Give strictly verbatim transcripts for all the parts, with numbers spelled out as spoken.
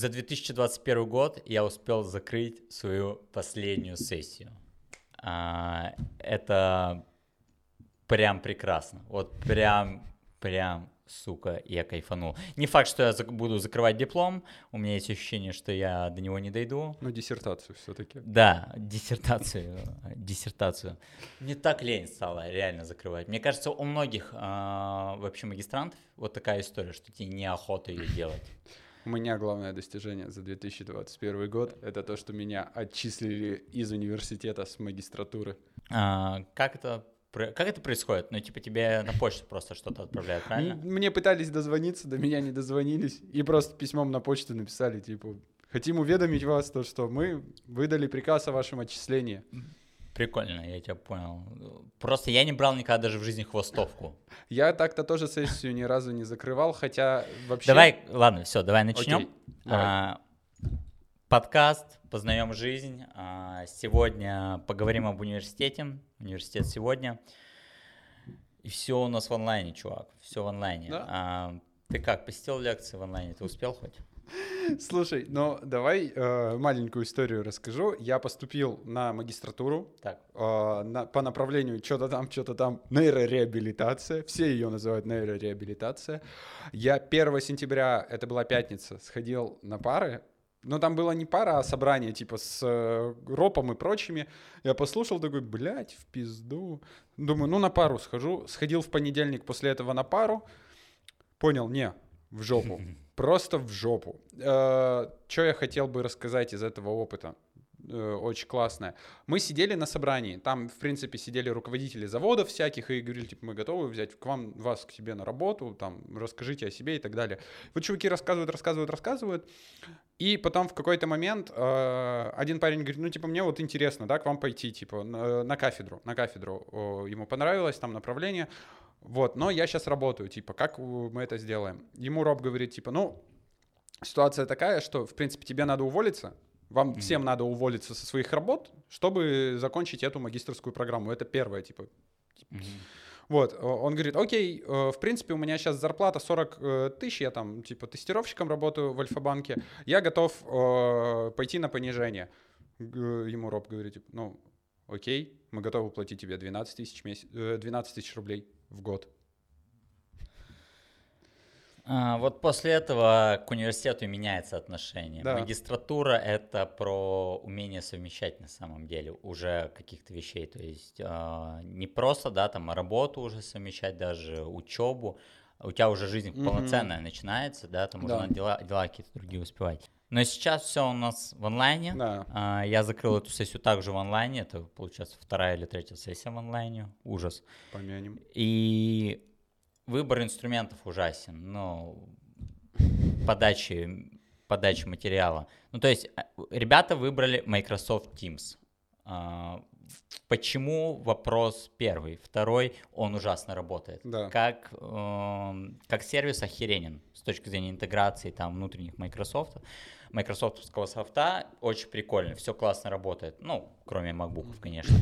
За две тысячи двадцать первый год я успел закрыть свою последнюю сессию. А, это прям прекрасно. Вот прям, прям, сука, я кайфанул. Не факт, что я зак- буду закрывать диплом. У меня есть ощущение, что я до него не дойду. Ну, диссертацию все-таки. Да, диссертацию, диссертацию. Мне так лень стало реально закрывать. Мне кажется, у многих а, вообще магистрантов вот такая история, что тебе неохота ее делать. У меня главное достижение за две тысячи двадцать первый год — это то, что меня отчислили из университета с магистратуры. А, как это, про- как это происходит? Ну, типа тебе на почту просто что-то отправляют, правильно? М- Мне пытались дозвониться, до меня не дозвонились. И просто письмом на почту написали, типа, хотим уведомить вас, то, что мы выдали приказ о вашем отчислении. Прикольно, я тебя понял. Просто я не брал никогда даже в жизни хвостовку. Я так-то тоже сессию ни разу не закрывал, хотя вообще... Давай, ладно, все, давай начнем. Окей, давай. А, подкаст «Познаем жизнь». А, сегодня поговорим об университете. Университет сегодня. И все у нас в онлайне, чувак. Все в онлайне. Да. А, ты как, посетил лекции в онлайне? Ты успел хоть? Слушай, ну давай э, маленькую историю расскажу. Я поступил на магистратуру Так. э, на, по направлению что-то там, что-то там, нейрореабилитация. Все ее называют нейрореабилитация. Я первого сентября, это была пятница, сходил на пары. Но там было не пара, а собрание типа с э, ропом и прочими. Я послушал, такой, блядь, в пизду. Думаю, ну на пару схожу. Сходил в понедельник после этого на пару. Понял, не, в жопу. Просто в жопу. Что я хотел бы рассказать из этого опыта? Э, Очень классное. Мы сидели на собрании. Там, в принципе, сидели руководители заводов всяких и говорили, типа, мы готовы взять к вам, вас к себе на работу, там, расскажите о себе и так далее. Вот чуваки рассказывают, рассказывают, рассказывают. И потом в какой-то момент э, один парень говорит, ну, типа, мне вот интересно, да, к вам пойти, типа, на, на кафедру. На кафедру. О, ему понравилось там направление. Вот, но я сейчас работаю, типа, как мы это сделаем? Ему Роб говорит, типа, ну, ситуация такая, что, в принципе, тебе надо уволиться, вам mm-hmm. всем надо уволиться со своих работ, чтобы закончить эту магистерскую программу. Это первое, типа. Mm-hmm. Вот, он говорит, окей, в принципе, у меня сейчас зарплата сорок тысяч, я там, типа, тестировщиком работаю в Альфа-банке, я готов э, пойти на понижение. Ему Роб говорит, типа, ну, окей, мы готовы платить тебе двенадцать тысяч, меся... двенадцать тысяч рублей в год. А, вот после этого к университету меняется отношение. Да. Магистратура — это про умение совмещать на самом деле уже каких-то вещей. То есть а, не просто, да, там работу уже совмещать, даже учебу. У тебя уже жизнь mm-hmm. полноценная начинается, да, там уже да. надо дела, дела какие-то другие успевать. Но сейчас все у нас в онлайне. Да. А, я закрыл эту сессию также в онлайне. Это, получается, вторая или третья сессия в онлайне. Ужас. Помянем. И выбор инструментов ужасен, ну, подачи, подачи материала. Ну, то есть ребята выбрали Microsoft Teams. А, почему? Вопрос первый. Второй, он ужасно работает. Да. Как, э, как сервис охеренен с точки зрения интеграции там внутренних Microsoft. Майкрософтовского софта очень прикольно, все классно работает. Ну, кроме макбуков, конечно.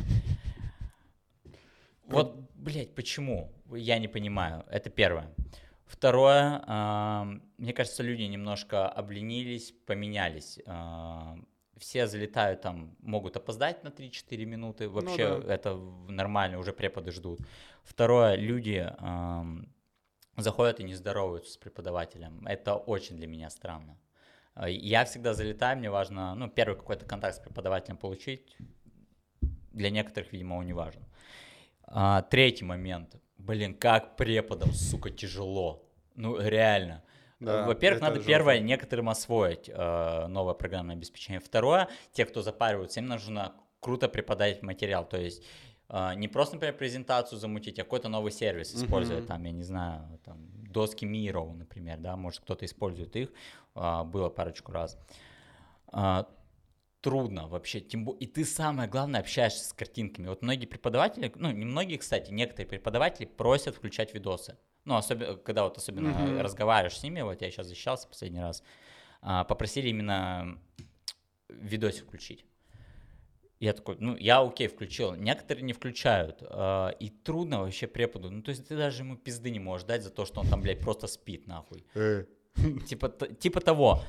Вот, блядь, почему? Я не понимаю. Это первое. Второе, э, мне кажется, люди немножко обленились, поменялись. Э, все залетают там, могут опоздать на три-четыре минуты. Вообще ну, да. это нормально, уже преподы ждут. Второе, люди э, заходят и не здороваются с преподавателем. Это очень для меня странно. Я всегда залетаю, мне важно, ну, первый какой-то контакт с преподавателем получить. Для некоторых, видимо, он не важен. А, третий момент. Блин, как преподам, сука, тяжело. Ну, реально. Да, во-первых, надо жестко. Первое, некоторым освоить э, новое программное обеспечение. Второе, те, кто запариваются, им нужно круто преподать материал. То есть э, не просто, например, презентацию замутить, а какой-то новый сервис использовать. Mm-hmm. Там, я не знаю, там, доски Miro, например, да, может, кто-то использует их. Э, было парочку раз. Э, Трудно вообще, тем более, и ты самое главное общаешься с картинками. Вот многие преподаватели, ну не многие, кстати, некоторые преподаватели просят включать видосы. Ну, особенно, когда вот особенно mm-hmm. разговариваешь с ними, вот я сейчас защищался последний раз, а, попросили именно видосик включить. Я такой, ну, я окей, включил. Некоторые не включают, а, и трудно вообще преподу. Ну, то есть ты даже ему пизды не можешь дать за то, что он там, блядь, просто спит, нахуй. Э, Типа, типа того.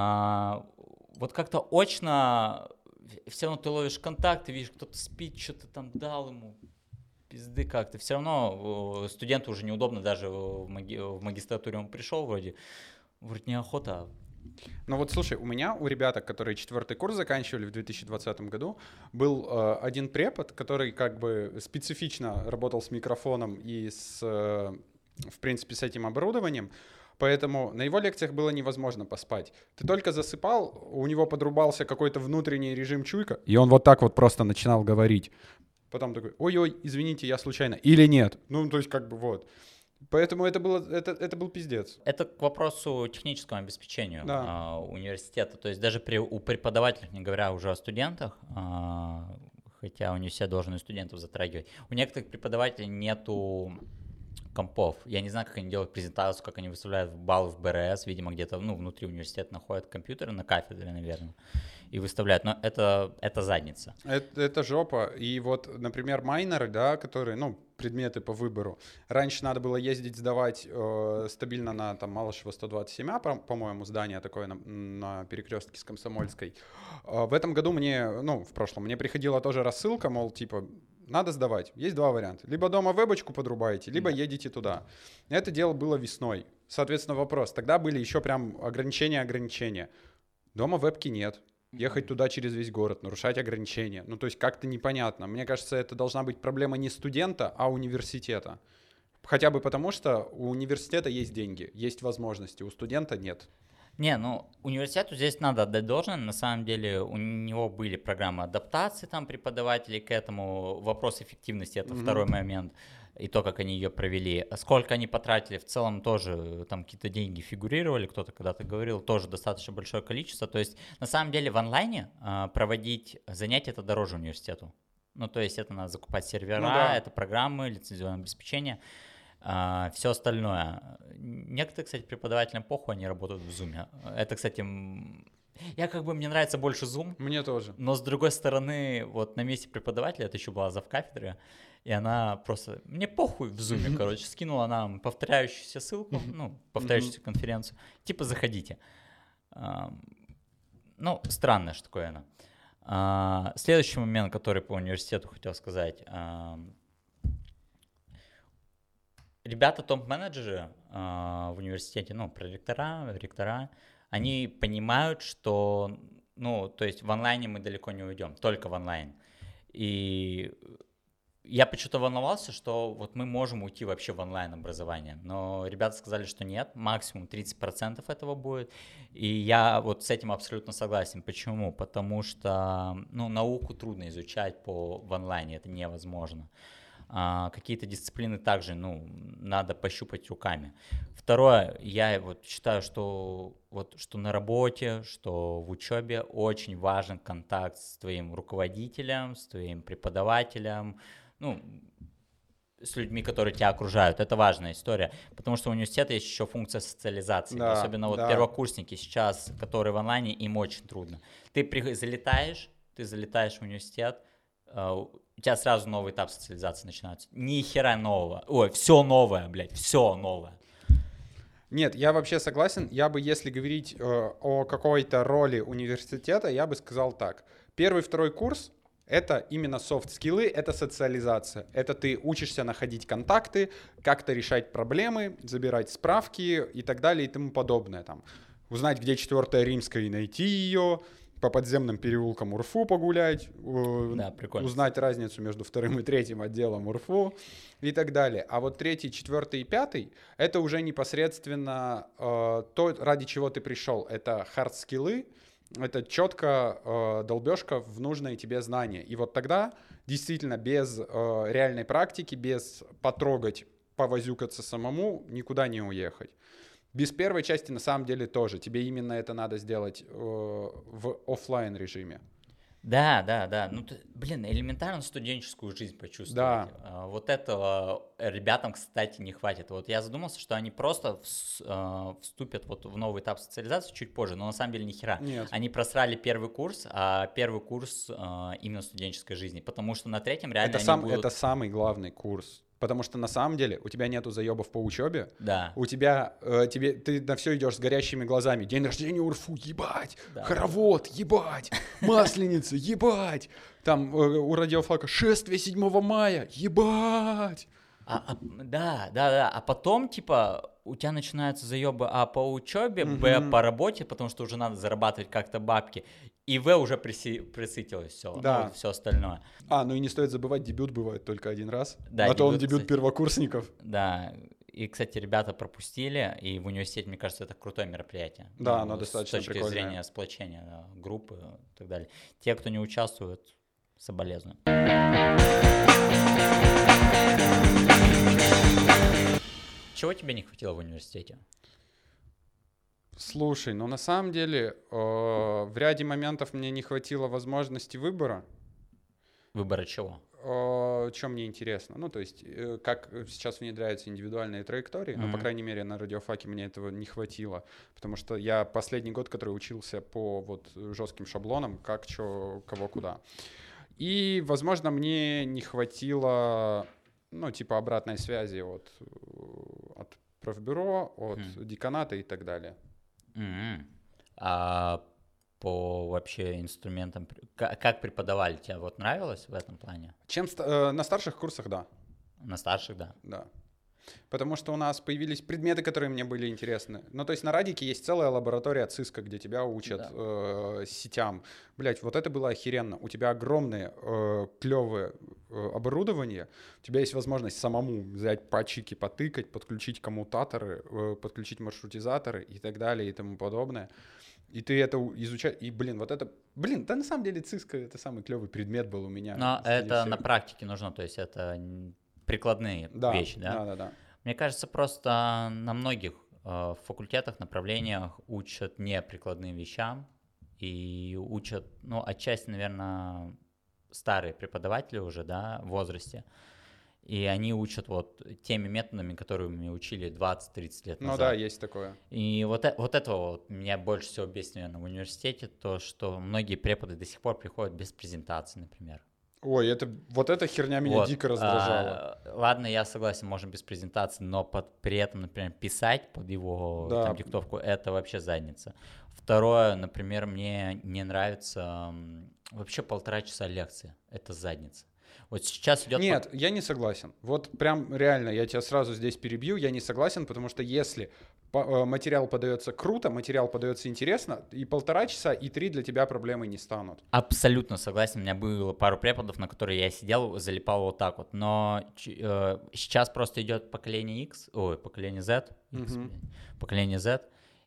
А, вот как-то очно все равно ты ловишь контакт, ты видишь, кто-то спит, что-то там дал ему, пизды как-то. Все равно студенту уже неудобно, даже в, маги- в магистратуре он пришел вроде, вроде неохота. Ну вот слушай, у меня, у ребяток, которые четвертый курс заканчивали в две тысячи двадцатом году, был э, один препод, который как бы специфично работал с микрофоном и с, э, в принципе, с этим оборудованием, поэтому на его лекциях было невозможно поспать. Ты только засыпал, у него подрубался какой-то внутренний режим чуйка, и он вот так вот просто начинал говорить. Потом такой, ой-ой, извините, я случайно. Или нет. Ну, то есть как бы вот. Поэтому это, было, это, это был пиздец. Это к вопросу техническому обеспечению Да. а, университета. То есть даже при, у преподавателей, не говоря уже о студентах, а, хотя университет должен и студентов затрагивать, у некоторых преподавателей нету компов. Я не знаю, как они делают презентацию, как они выставляют баллы в БРС, видимо, где-то ну, внутри университета находят компьютеры на кафедре, наверное, и выставляют. Но это, это задница. Это, это жопа. И вот, например, майнеры, да, которые, ну, предметы по выбору. Раньше надо было ездить сдавать э, стабильно на там Малышева сто двадцать семь А, по-моему, здание такое на, на перекрестке с Комсомольской. Э, в этом году мне, ну, в прошлом, мне приходила тоже рассылка, мол, типа, надо сдавать. Есть два варианта. Либо дома вебочку подрубаете, либо да. едете туда. Это дело было весной. Соответственно, вопрос. Тогда были еще прям ограничения-ограничения. Дома вебки нет. Ехать туда через весь город, нарушать ограничения. Ну, то есть как-то непонятно. Мне кажется, это должна быть проблема не студента, а университета. Хотя бы потому, что у университета есть деньги, есть возможности, у студента нет. Не, ну, университету здесь надо отдать должное. На самом деле у него были программы адаптации там преподавателей к этому. Вопрос эффективности — это mm-hmm. второй момент. И то, как они ее провели. Сколько они потратили, в целом тоже там какие-то деньги фигурировали, кто-то когда-то говорил, тоже достаточно большое количество. То есть на самом деле в онлайне а, проводить занятия — это дороже университету. Ну, то есть это надо закупать сервера, ну, да. это программы, лицензионное обеспечение, а, все остальное. Некоторые, кстати, преподавателям похуй, они работают в Zoom. Это, кстати, я как бы, мне нравится больше Zoom. Мне тоже. Но с другой стороны, вот на месте преподавателя, это еще была завкафедры, и она просто, мне похуй в зуме, короче, скинула нам повторяющуюся ссылку, ну, повторяющуюся конференцию, типа заходите. Ну, странная ж такое она. Следующий момент, который по университету хотел сказать. Ребята, топ-менеджеры в университете, ну, проректора, ректора, они понимают, что, ну, то есть в онлайне мы далеко не уйдем, только в онлайн. И я почему-то волновался, что вот мы можем уйти вообще в онлайн-образование, но ребята сказали, что нет, максимум тридцать процентов этого будет, и я вот с этим абсолютно согласен. Почему? Потому что, ну, науку трудно изучать по, в онлайне, это невозможно. А, какие-то дисциплины также, ну, надо пощупать руками. Второе, я вот считаю, что вот что на работе, что в учебе очень важен контакт с твоим руководителем, с твоим преподавателем, ну, с людьми, которые тебя окружают. Это важная история, потому что у университета есть еще функция социализации. Да, особенно вот да. первокурсники сейчас, которые в онлайне, им очень трудно. Ты при... залетаешь, ты залетаешь в университет, у тебя сразу новый этап социализации начинается. Ни хера нового. Ой, все новое, блядь, все новое. Нет, я вообще согласен. Я бы, если говорить э, о какой-то роли университета, я бы сказал так. Первый, второй курс — это именно софт-скиллы, это социализация. Это ты учишься находить контакты, как-то решать проблемы, забирать справки и так далее и тому подобное. Там, узнать, где четвертая римская и найти ее, по подземным переулкам УРФУ погулять, да, прикольно. Узнать разницу между вторым и третьим отделом УРФУ и так далее. А вот третий, четвертый и пятый — это уже непосредственно э, то, ради чего ты пришел. Это хард-скиллы, это четко э, долбежка в нужные тебе знания. И вот тогда действительно без э, реальной практики, без потрогать, повозюкаться самому, никуда не уехать. Без первой части на самом деле тоже. Тебе именно это надо сделать э, в офлайн режиме. Да, да, да. Ну, ты, блин, элементарно студенческую жизнь почувствовать. Да. А, вот этого ребятам, кстати, не хватит. Вот я задумался, что они просто вс, а, вступят вот в новый этап социализации чуть позже, но на самом деле ни хера. Нет. Они просрали первый курс, а первый курс а, именно студенческой жизни, потому что на третьем реально это они сам, будут... Это самый главный курс. Потому что на самом деле у тебя нету заебов по учебе. Да. У тебя, э, тебе, ты на все идешь с горящими глазами. День рождения УрФУ, ебать! Да. Хоровод, ебать! Масленица, ебать! Там э, у радиофлага шествие седьмого мая, ебать! А, а, да, да, да. А потом, типа, у тебя начинаются заебы А по учебе, Мгм. Б по работе, потому что уже надо зарабатывать как-то бабки. И В уже приси- присытилось все. Да. Ну, все остальное. А, ну и не стоит забывать, дебют бывает только один раз. Да, а то он дебют, дебют кстати. первокурсников. Да. И, кстати, ребята пропустили, и в университете, мне кажется, это крутое мероприятие. Да, Ну, оно достаточно с точки прикольное. зрения сплочения да, группы и так далее. Те, кто не участвует, соболезную. Чего тебе не хватило в университете? Слушай, ну на самом деле э, в ряде моментов мне не хватило возможности выбора. Выбора чего? Что мне интересно? Ну, то есть, э, как сейчас внедряются индивидуальные траектории, но, по Мгм. крайней мере, на радиофаке мне этого не хватило, потому что я последний год, который учился по вот жестким шаблонам, как, что, кого, куда. И, возможно, мне не хватило, ну, типа, обратной связи от, э, от профбюро, от Мгм. деканата и так далее. М. А по вообще инструментам, пр- ка- как преподавали, тебе вот нравилось в этом плане? Чем ста- э, на старших курсах, да, На старших, да. да. Потому что у нас появились предметы, которые мне были интересны. Ну, то есть на Радике есть целая лаборатория ЦИСКа, где тебя учат Да. э, сетям. Блять, вот это было охеренно. У тебя огромные э, клевые э, оборудование. У тебя есть возможность самому взять патчики, потыкать, подключить коммутаторы, э, подключить маршрутизаторы и так далее и тому подобное. И ты это изучаешь. И, блин, вот это... Блин, да на самом деле ЦИСКа — это самый клевый предмет был у меня. Но среди это всех. на практике нужно, то есть это н- прикладные Да, вещи, да? да, да, да. Мне кажется, просто на многих э, факультетах, направлениях учат не прикладным вещам и учат, ну, отчасти, наверное, старые преподаватели уже, да, в возрасте, и они учат вот теми методами, которыми учили двадцать-тридцать лет Ну назад. да, есть такое. И вот, э- вот этого вот меня больше всего бесит, наверное, в университете, то, что многие преподы до сих пор приходят без презентации, например. Ой, это, вот эта херня меня Вот, дико раздражала. а, ладно, я согласен, можем без презентации, но под, при этом, например, писать под его Да. там, диктовку — это вообще задница. Второе, например, мне не нравится м, вообще полтора часа лекции. Это задница. Вот сейчас идет... Нет, я не согласен. Вот прям реально, я тебя сразу здесь перебью, я не согласен, потому что если по- э, материал подается круто, материал подается интересно, и полтора часа, и три для тебя проблемой не станут. Абсолютно согласен. У меня было пару преподов, на которые я сидел, залипал вот так вот. Но ч- э, сейчас просто идет поколение X, ой, поколение Z, X, Мгм. блин, поколение Z,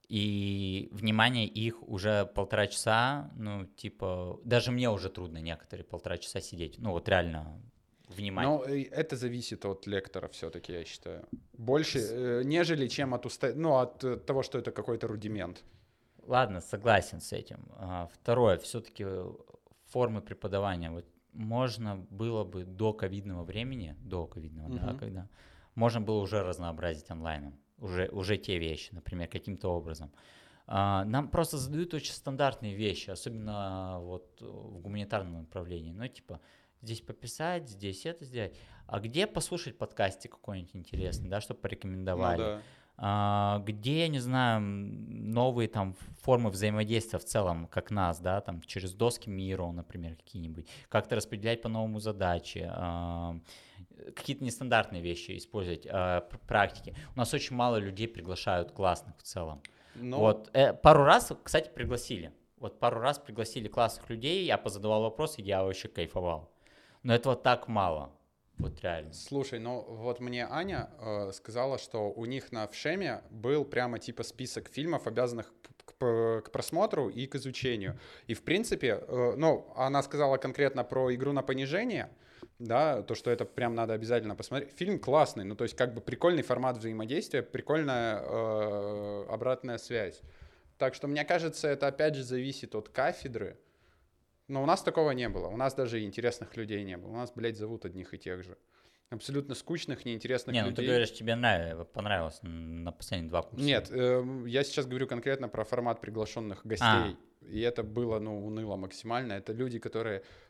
и внимание их уже полтора часа, ну, типа, даже мне уже трудно некоторые полтора часа сидеть. Ну, вот реально внимание. Но э, это зависит от лектора все-таки, я считаю. Больше, э, нежели чем от, уста... ну, от э, того, что это какой-то рудимент. Ладно, согласен с этим. А, Второе, все-таки формы преподавания. Вот можно было бы до ковидного времени, до ковидного, да, Мгм. когда можно было уже разнообразить онлайном, уже, уже те вещи, например, каким-то образом. А, Нам просто задают очень стандартные вещи, особенно вот в гуманитарном направлении. Ну, типа, здесь пописать, здесь это сделать. А где послушать подкастик какой-нибудь интересный, да, чтобы Ну порекомендовали? да. А, где, я не знаю, м, новые там формы взаимодействия в целом, как нас, да, там через доски Miro, например, какие-нибудь, как-то распределять по-новому задачи, а, какие-то нестандартные вещи использовать, а, пр- практики. У нас очень мало людей приглашают классных в целом. Но Вот, э, пару раз, кстати, пригласили. Вот пару раз пригласили классных людей, я позадавал вопросы, я вообще кайфовал. Но этого так мало, вот реально. слушай, ну вот мне Аня э, сказала, что у них на Вшеме был прямо типа список фильмов, обязанных п- к, п- к просмотру и к изучению. И в принципе, э, ну, она сказала конкретно про «Игру на понижение», да, то, что это прям надо обязательно посмотреть. Фильм классный, ну, то есть как бы прикольный формат взаимодействия, прикольная э, обратная связь. Так что, мне кажется, это опять же зависит от кафедры. Но у нас такого не было. У нас даже интересных людей не было. У нас, блядь, зовут одних и тех же. Абсолютно скучных, неинтересных Не, ну людей. ты говоришь, тебе нравилось, понравилось на последние два курса. Нет, э, я сейчас говорю конкретно про формат приглашенных гостей. А. И это было, ну, уныло максимально. Это люди, которые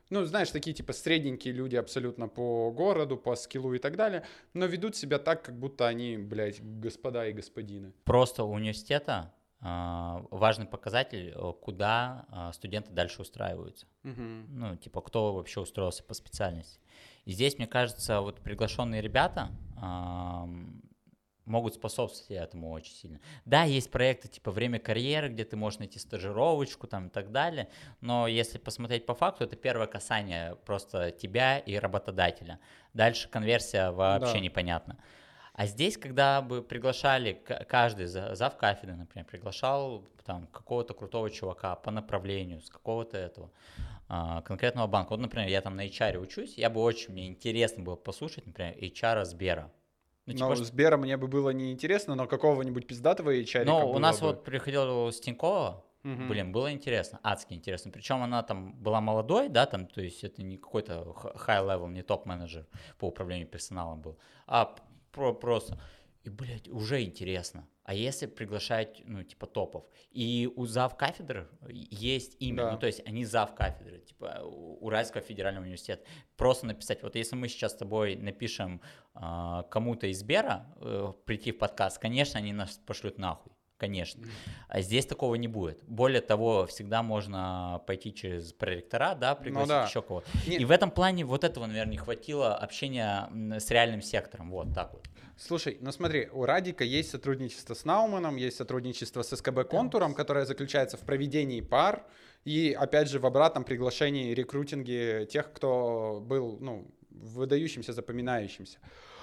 Ну, знаешь, такие типа средненькие люди абсолютно по городу, по скиллу и так далее, но ведут себя так, как будто они, блядь, господа и господины. Просто у университета а, важный показатель, э, куда а, студенты дальше устраиваются. Угу. Ну, типа, кто вообще устроился по специальности. И здесь, мне кажется, вот приглашенные ребята а, могут способствовать этому очень сильно. Да, есть проекты типа «Время карьеры», где ты можешь найти стажировочку там и так далее, но если посмотреть по факту, это первое касание просто тебя и работодателя. Дальше конверсия вообще Да. непонятна. А здесь, когда бы приглашали, каждый зав кафедры, например, приглашал там какого-то крутого чувака по направлению, с какого-то этого а, конкретного банка. Вот, например, я там на эйч ар учусь, я бы очень, мне интересно было послушать, например, эйч ар Сбера. Ну, типа, но что... Сбера мне бы было неинтересно, но какого-нибудь пиздатого эйч ар-ика Ну, у нас бы... вот приходил с Тинькова, угу. Блин, было интересно, адски интересно. Причем она там была молодой, да, там, то есть это не какой-то high-level, не топ-менеджер по управлению персоналом был, а про- просто... И, блядь, уже интересно. А если приглашать, ну, типа, топов? И у зав кафедры есть имя, да. Ну, то есть они зав кафедры, типа, Уральского федерального университета. Просто написать, вот если мы сейчас с тобой напишем э, кому-то из Сбера э, прийти в подкаст, конечно, они нас пошлют нахуй. Конечно. А здесь такого не будет. Более того, всегда можно пойти через проректора, да, пригласить ну, да. еще кого-то. Нет. И в этом плане вот этого, наверное, не хватило общения с реальным сектором. Вот так вот. Слушай, ну смотри, у Радика есть сотрудничество с Науманом, есть сотрудничество с эс ка бэ Контуром, да. которое заключается в проведении пар и, опять же, в обратном приглашении и рекрутинге тех, кто был, ну, выдающимся, запоминающимся.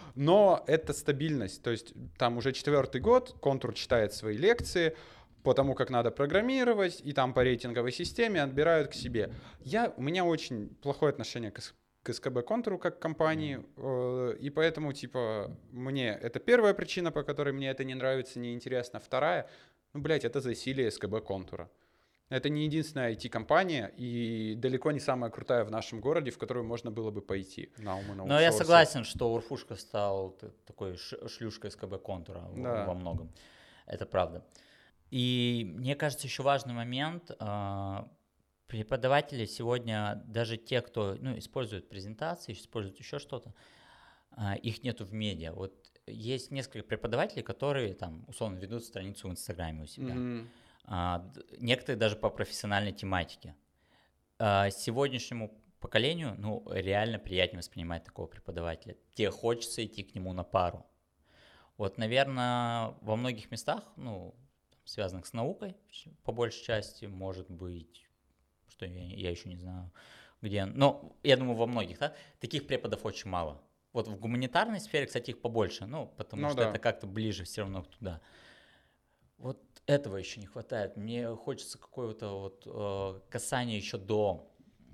Но это стабильность, то есть там уже четвертый год, Контур читает свои лекции по тому, как надо программировать, и там по рейтинговой системе отбирают к себе. Я, у меня очень плохое отношение к, к эс ка бэ Контуру как к компании, э, и поэтому, типа, мне это первая причина, по которой мне это не нравится, неинтересно. Вторая, ну, блядь, это засилие эс ка бэ Контура. Это не единственная ай ти-компания и далеко не самая крутая в нашем городе, в которую можно было бы пойти. Но я согласен, что Урфушка стал такой шлюшкой эс ка бэ Контура да. во многом. Это правда. И мне кажется, еще важный момент. Преподаватели сегодня, даже те, кто ну, использует презентации, используют еще что-то, их нету в медиа. Вот есть несколько преподавателей, которые там условно ведут страницу в Инстаграме у себя. Mm-hmm. А, некоторые даже по профессиональной тематике. А, сегодняшнему поколению, ну, реально приятнее воспринимать такого преподавателя. Тебе хочется идти к нему на пару. Вот, наверное, во многих местах, ну, связанных с наукой, по большей части, может быть, что я, я еще не знаю, где, но я думаю, во многих, да, таких преподов очень мало. Вот в гуманитарной сфере, кстати, их побольше, ну, потому ну, что да. это как-то ближе все равно туда. Вот этого еще не хватает. Мне хочется какого-то вот э, касания еще до,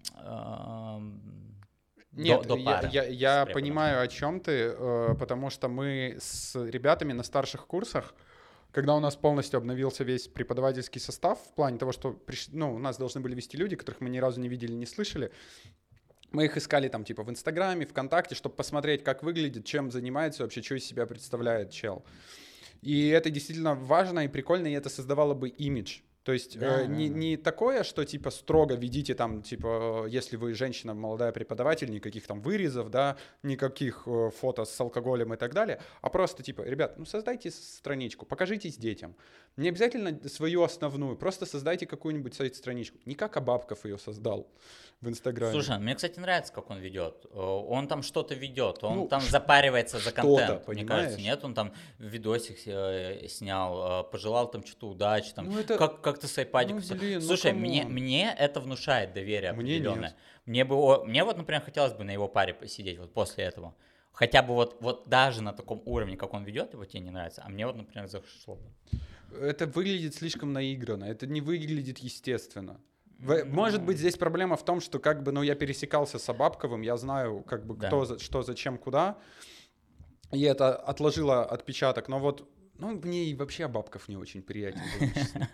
э, Нет, до, до пары. Я, я, я понимаю, о чем ты, э, потому что мы с ребятами на старших курсах, когда у нас полностью обновился весь преподавательский состав, в плане того, что приш... ну, у нас должны были вести люди, которых мы ни разу не видели, не слышали, мы их искали там типа в Инстаграме, ВКонтакте, чтобы посмотреть, как выглядит, чем занимается вообще, что из себя представляет чел. И это действительно важно и прикольно, и это создавало бы имидж. То есть да, э, не, не такое, что типа строго ведите там, типа, если вы женщина, молодая преподаватель, никаких там вырезов, да, никаких э, фото с алкоголем и так далее, а просто типа, ребят, ну создайте страничку, покажитесь детям. Не обязательно свою основную, просто создайте какую-нибудь сайт-страничку. Не как Абабков ее создал в Инстаграме. Слушай, мне, кстати, нравится, как он ведет. Он там что-то ведет, он ну, там запаривается за контент, мне кажется. Нет, он там видосик снял, пожелал там что-то удачи, там, ну, это... как, как-то с айпадиком. Ну, блин, Слушай, ну, мне, мне это внушает доверие мне определенное. Нет. Мне, бы, мне вот, например, хотелось бы на его паре посидеть вот после этого. Хотя бы вот, вот даже на таком уровне, как он ведет, его тебе не нравится, а мне вот, например, зашло бы. Это выглядит слишком наигранно, это не выглядит естественно. Может быть, здесь проблема в том, что как бы, ну, я пересекался с Абабковым, я знаю, как бы, кто, да. что, зачем, куда, и это отложило отпечаток, но вот, ну, мне и вообще Абабков не очень приятен был, честно.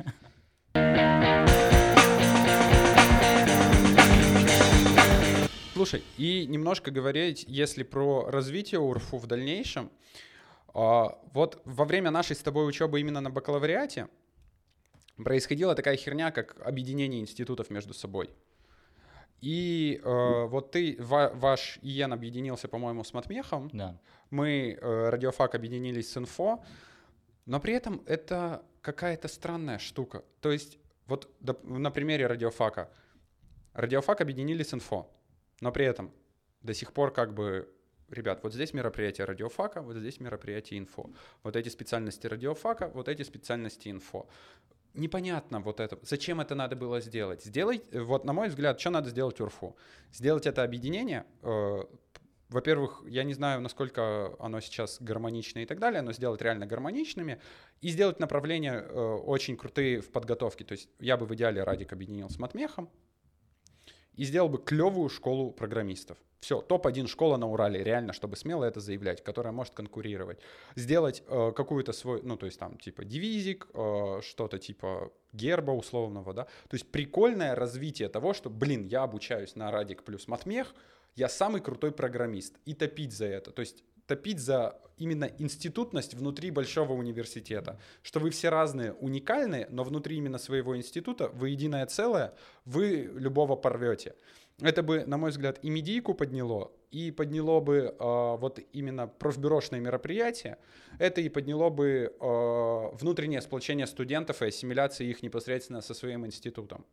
Слушай, и немножко говорить, если про развитие УРФУ в дальнейшем, вот во время нашей с тобой учебы именно на бакалавриате происходила такая херня, как объединение институтов между собой. И э, вот ты, ва, ваш ИЕН объединился, по-моему, с Матмехом. Да. Мы, э, Радиофак, объединились с Инфо. Но при этом это какая-то странная штука. То есть вот на примере Радиофака. Радиофак объединили с Инфо. Но при этом до сих пор как бы... Ребят, вот здесь мероприятие Радиофака, вот здесь мероприятие Инфо. Вот эти специальности Радиофака, вот эти специальности Инфо. Непонятно вот это. Зачем это надо было сделать? Сделать, вот на мой взгляд, что надо сделать УРФУ? Сделать это объединение. Э, во-первых, я не знаю, насколько оно сейчас гармонично и так далее, но сделать реально гармоничными и сделать направления э, очень крутые в подготовке. То есть я бы в идеале Радик объединил с Матмехом и сделал бы клевую школу программистов. Все, топ один школа на Урале, реально, чтобы смело это заявлять, которая может конкурировать. Сделать э, какую-то свой, ну, то есть там типа дивизик, э, что-то типа герба условного, да. То есть прикольное развитие того, что, блин, я обучаюсь на Радик плюс Матмех, я самый крутой программист. И топить за это. То есть топить за именно институтность внутри большого университета. Что вы все разные, уникальные, но внутри именно своего института вы единое целое, вы любого порвете. Это бы, на мой взгляд, и медийку подняло, и подняло бы э, вот именно профбюрошные мероприятия, это и подняло бы э, внутреннее сплочение студентов и ассимиляцию их непосредственно со своим институтом.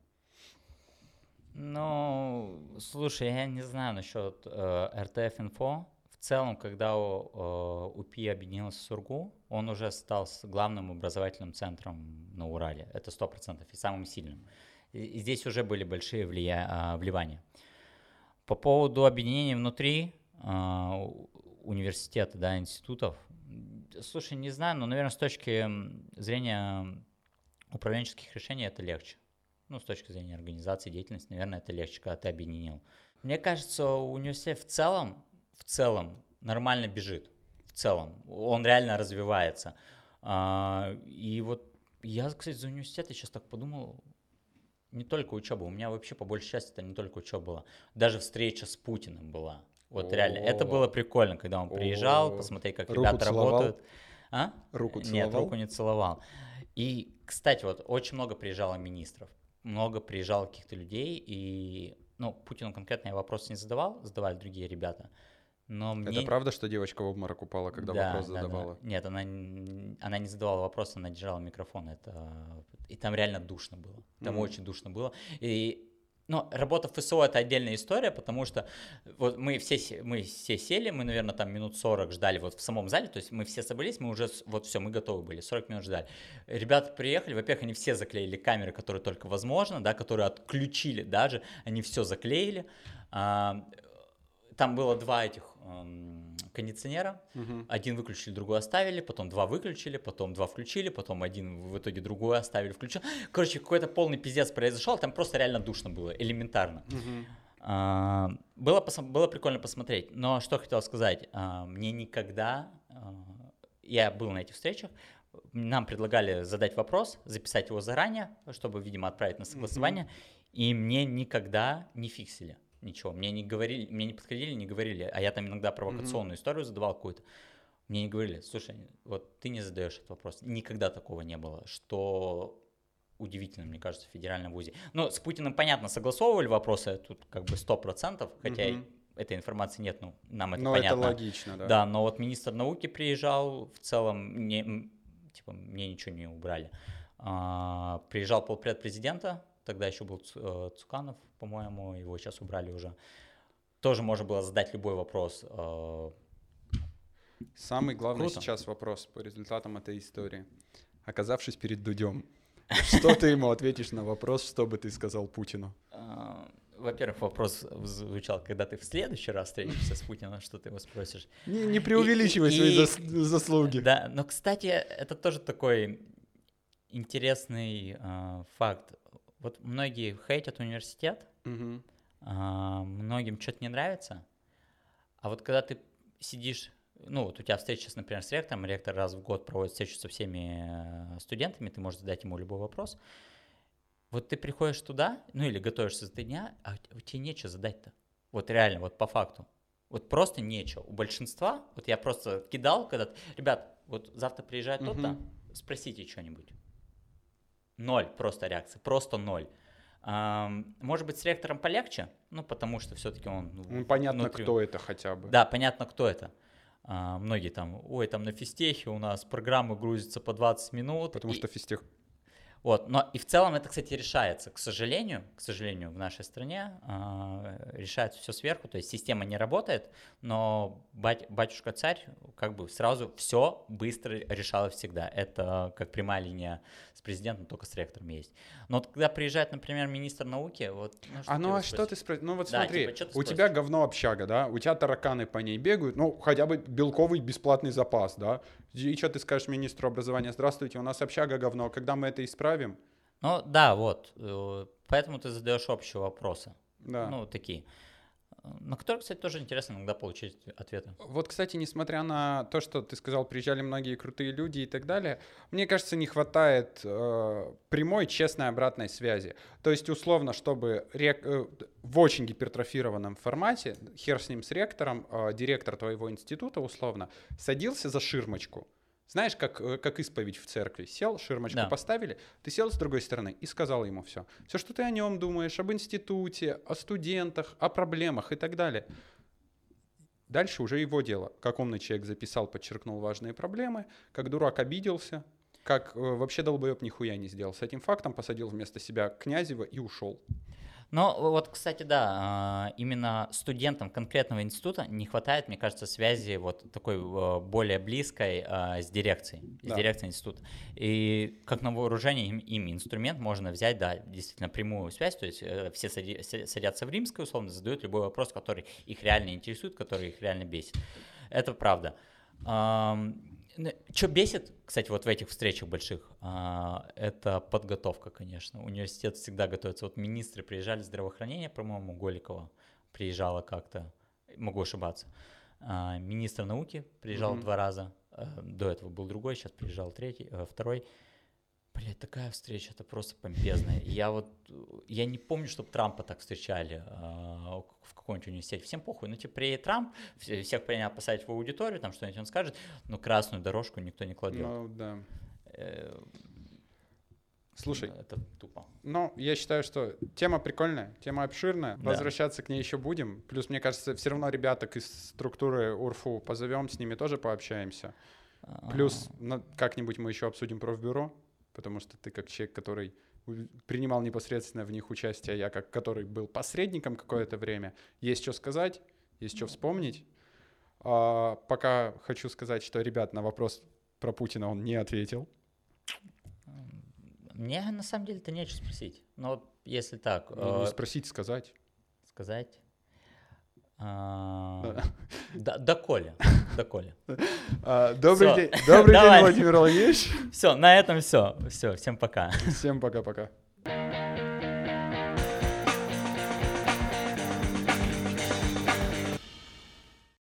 Ну, слушай, я не знаю насчет э, эр тэ эф-инфо. В целом, когда у, э, УПИ объединился с УрГУ, он уже стал главным образовательным центром на Урале. Это сто процентов и самым сильным. И здесь уже были большие влия... вливания. По поводу объединения внутри э, университета, да, институтов, слушай, не знаю, но, наверное, с точки зрения управленческих решений это легче. Ну, с точки зрения организации деятельности, наверное, это легче, когда ты объединил. Мне кажется, университет в целом, в целом нормально бежит. В целом. Он реально развивается. А, и вот я, кстати, за университет, я сейчас так подумал, не только учеба. У меня вообще, по большей части, это не только учеба была. Даже встреча с Путиным была. Вот реально. Это было прикольно, когда он приезжал, посмотреть, как ребята работают. А? Руку целовал? Нет, руку не целовал. И, кстати, вот очень много приезжало министров. Много приезжало каких-то людей, и, ну, Путину конкретно я вопросы не задавал, задавали другие ребята, но мне... Это правда, что девочка в обморок упала, когда да, вопрос да, задавала? Да. Нет, она, она не задавала вопросы, она держала микрофон, это... и там реально душно было, там mm-hmm. очень душно было, и... Но работа в ФСО — это отдельная история, потому что вот мы все, мы все сели, мы, наверное, там минут сорок ждали вот в самом зале, то есть мы все собрались, мы уже, вот все, мы готовы были, сорок минут ждали. Ребята приехали, во-первых, они все заклеили камеры, которые только возможно, да, которые отключили даже, они все заклеили. Там было два этих эм, кондиционера, угу. Один выключили, другой оставили, потом два выключили, потом два включили, потом один в итоге другой оставили, включили. Короче, какой-то полный пиздец произошел, там просто реально душно было, элементарно. Угу. А, было, было прикольно посмотреть, но что хотел сказать, а, мне никогда, а, я был на этих встречах, нам предлагали задать вопрос, записать его заранее, чтобы, видимо, отправить на согласование, угу. И мне никогда не фиксили. Ничего, мне не говорили, мне не подходили, не говорили, а я там иногда провокационную mm-hmm. историю задавал какую-то. Мне не говорили, слушай, вот ты не задаешь этот вопрос. Никогда такого не было, что удивительно, мне кажется, в федеральном вузе. Ну, с Путиным, понятно, согласовывали вопросы, тут как бы сто процентов, хотя mm-hmm. этой информации нет, ну, нам это но понятно. Но это логично, да. Да, но вот министр науки приезжал, в целом, не, типа, мне ничего не убрали. А, приезжал полпред президента, тогда еще был Цуканов, по-моему, его сейчас убрали уже. Тоже можно было задать любой вопрос. Самый главный Круто. Сейчас вопрос по результатам этой истории. Оказавшись перед Дудем, что ты ему ответишь на вопрос, что бы ты сказал Путину? Во-первых, вопрос звучал, когда ты в следующий раз встретишься с Путиным, что ты его спросишь. Не, не преувеличивай и, свои и, зас, заслуги. Да, но, кстати, это тоже такой интересный э, факт. Вот многие хейтят университет, угу. а, многим что-то не нравится, а вот когда ты сидишь, ну вот у тебя встреча, например, с ректором, ректор раз в год проводит встречу со всеми студентами, ты можешь задать ему любой вопрос, вот ты приходишь туда, ну или готовишься за три дня, а тебе нечего задать-то, вот реально, вот по факту, вот просто нечего. У большинства, вот я просто кидал, когда, ребят, вот завтра приезжает угу. тот-то, спросите что-нибудь. Ноль просто реакции, просто ноль. Может быть, с ректором полегче, ну, потому что все-таки он... Ну, понятно, внутри... кто это хотя бы. Да, понятно, кто это. А, многие там, ой, там на физтехе у нас программы грузятся по двадцать минут. Потому и... что физтех... Вот, но и в целом это, кстати, решается. К сожалению, к сожалению, в нашей стране э, решается все сверху, то есть система не работает, но бать, батюшка-царь как бы сразу все быстро решало всегда. Это как прямая линия с президентом, только с ректором есть. Но вот когда приезжает, например, министр науки, вот... Ну, что а ну а что ты спросишь? Ну вот да, смотри, типа, у тебя говно общага, да, у тебя тараканы по ней бегают, ну хотя бы белковый бесплатный запас, да, и что ты скажешь министру образования? Здравствуйте, у нас общага говно, когда мы это исправим? Ну да, вот, поэтому ты задаешь общие вопросы, да. Ну такие, на которые, кстати, тоже интересно иногда получить ответы. Вот, кстати, несмотря на то, что ты сказал, приезжали многие крутые люди и так далее, мне кажется, не хватает э, прямой, честной обратной связи. То есть, условно, чтобы рек... э, в очень гипертрофированном формате, хер с ним, с ректором, э, директор твоего института, условно, садился за ширмочку. Знаешь, как, как исповедь в церкви. Сел, ширмочку да. поставили, ты сел с другой стороны и сказал ему все. Все, что ты о нем думаешь, об институте, о студентах, о проблемах и так далее. Дальше уже его дело. Как умный человек записал, подчеркнул важные проблемы, как дурак обиделся, как э, вообще долбоеб нихуя не сделал. С этим фактом посадил вместо себя Князева и ушел. Ну, вот, кстати, да, именно студентам конкретного института не хватает, мне кажется, связи вот такой более близкой с дирекцией, с да. дирекцией института. И как на вооружение им, им инструмент можно взять, да, действительно прямую связь, то есть все сади, садятся в Римской, условно, задают любой вопрос, который их реально интересует, который их реально бесит. Это правда. Что бесит, кстати, вот в этих встречах больших, это подготовка, конечно. Университет всегда готовится. Вот министры приезжали, здравоохранение, по-моему, Голикова приезжала как-то, могу ошибаться. Министр науки приезжал mm-hmm. два раза, до этого был другой, сейчас приезжал третий, второй. Блять, такая встреча, это просто помпезная. Я вот, я не помню, чтобы Трампа так встречали э, в каком-нибудь университете. Всем похуй. Ну, типа, приедет Трамп, всех принят посадить в аудиторию, там что-нибудь он скажет, но красную дорожку никто не кладет. Ну, да. Э, Слушай, это тупо. Ну, я считаю, что тема прикольная, тема обширная. Да. Возвращаться к ней еще будем. Плюс, мне кажется, все равно ребяток из структуры УрФУ позовем, с ними тоже пообщаемся. Плюс ну, как-нибудь мы еще обсудим профбюро. Потому что ты как человек, который принимал непосредственно в них участие, я как который был посредником какое-то время, есть что сказать, есть что вспомнить. А, пока хочу сказать, что, ребят, на вопрос про Путина он не ответил. Мне на самом деле-то нечего спросить. Но если так... Ну, э, спросить, сказать. Сказать... А, да, доколе, доколе. А, добрый день, добрый день, Владимир Владимирович. Все, на этом все. Все, всем пока. Всем пока-пока.